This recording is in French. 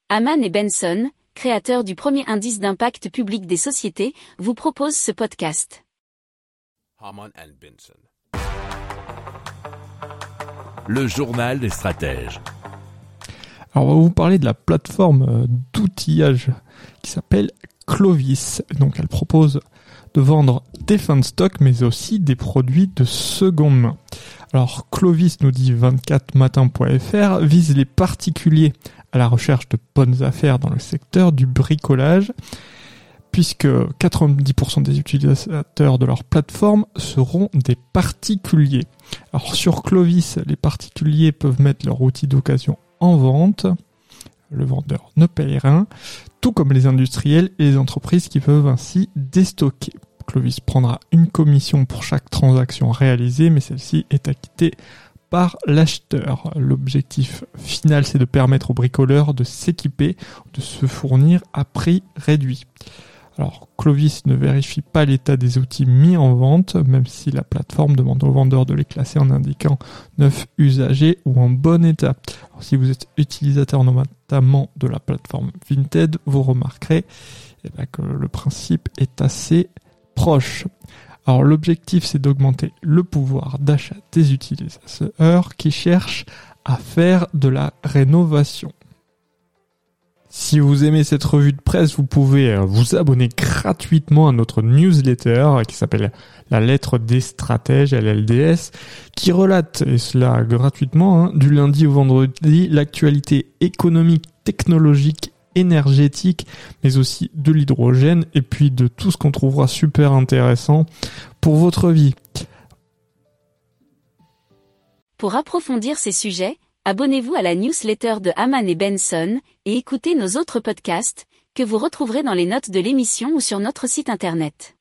Hamann et Benson, créateurs du premier indice d'impact public des sociétés, vous proposent ce podcast. Hamann and Benson. Le journal des stratèges. Alors, on va vous parler de la plateforme d'outillage qui s'appelle Clovis. Donc, elle propose de vendre des fins de stock, mais aussi des produits de seconde main. Alors, Clovis, nous dit 24matin.fr, vise les particuliers à la recherche de bonnes affaires dans le secteur du bricolage, puisque 90% des utilisateurs de leur plateforme seront des particuliers. Alors, sur Clovis, les particuliers peuvent mettre leur outil d'occasion en vente. Le vendeur ne paye rien, tout comme les industriels et les entreprises qui peuvent ainsi déstocker. Clovis prendra une commission pour chaque transaction réalisée, mais celle-ci est acquittée par l'acheteur. L'objectif final, c'est de permettre aux bricoleurs de s'équiper, de se fournir à prix réduit. Alors, Clovis ne vérifie pas l'état des outils mis en vente, même si la plateforme demande aux vendeurs de les classer en indiquant neuf, usagés ou en bon état. Alors, si vous êtes utilisateur notamment de la plateforme Vinted, vous remarquerez que le principe est assez proche. Alors, l'objectif, c'est d'augmenter le pouvoir d'achat des utilisateurs qui cherchent à faire de la rénovation. Si vous aimez cette revue de presse, vous pouvez vous abonner gratuitement à notre newsletter qui s'appelle La Lettre des Stratèges, LLDS, qui relate, et cela gratuitement, du lundi au vendredi, l'actualité économique, technologique, énergétique, mais aussi de l'hydrogène, et puis de tout ce qu'on trouvera super intéressant pour votre vie. Pour approfondir ces sujets, abonnez-vous à la newsletter de Hamann et Benson et écoutez nos autres podcasts que vous retrouverez dans les notes de l'émission ou sur notre site internet.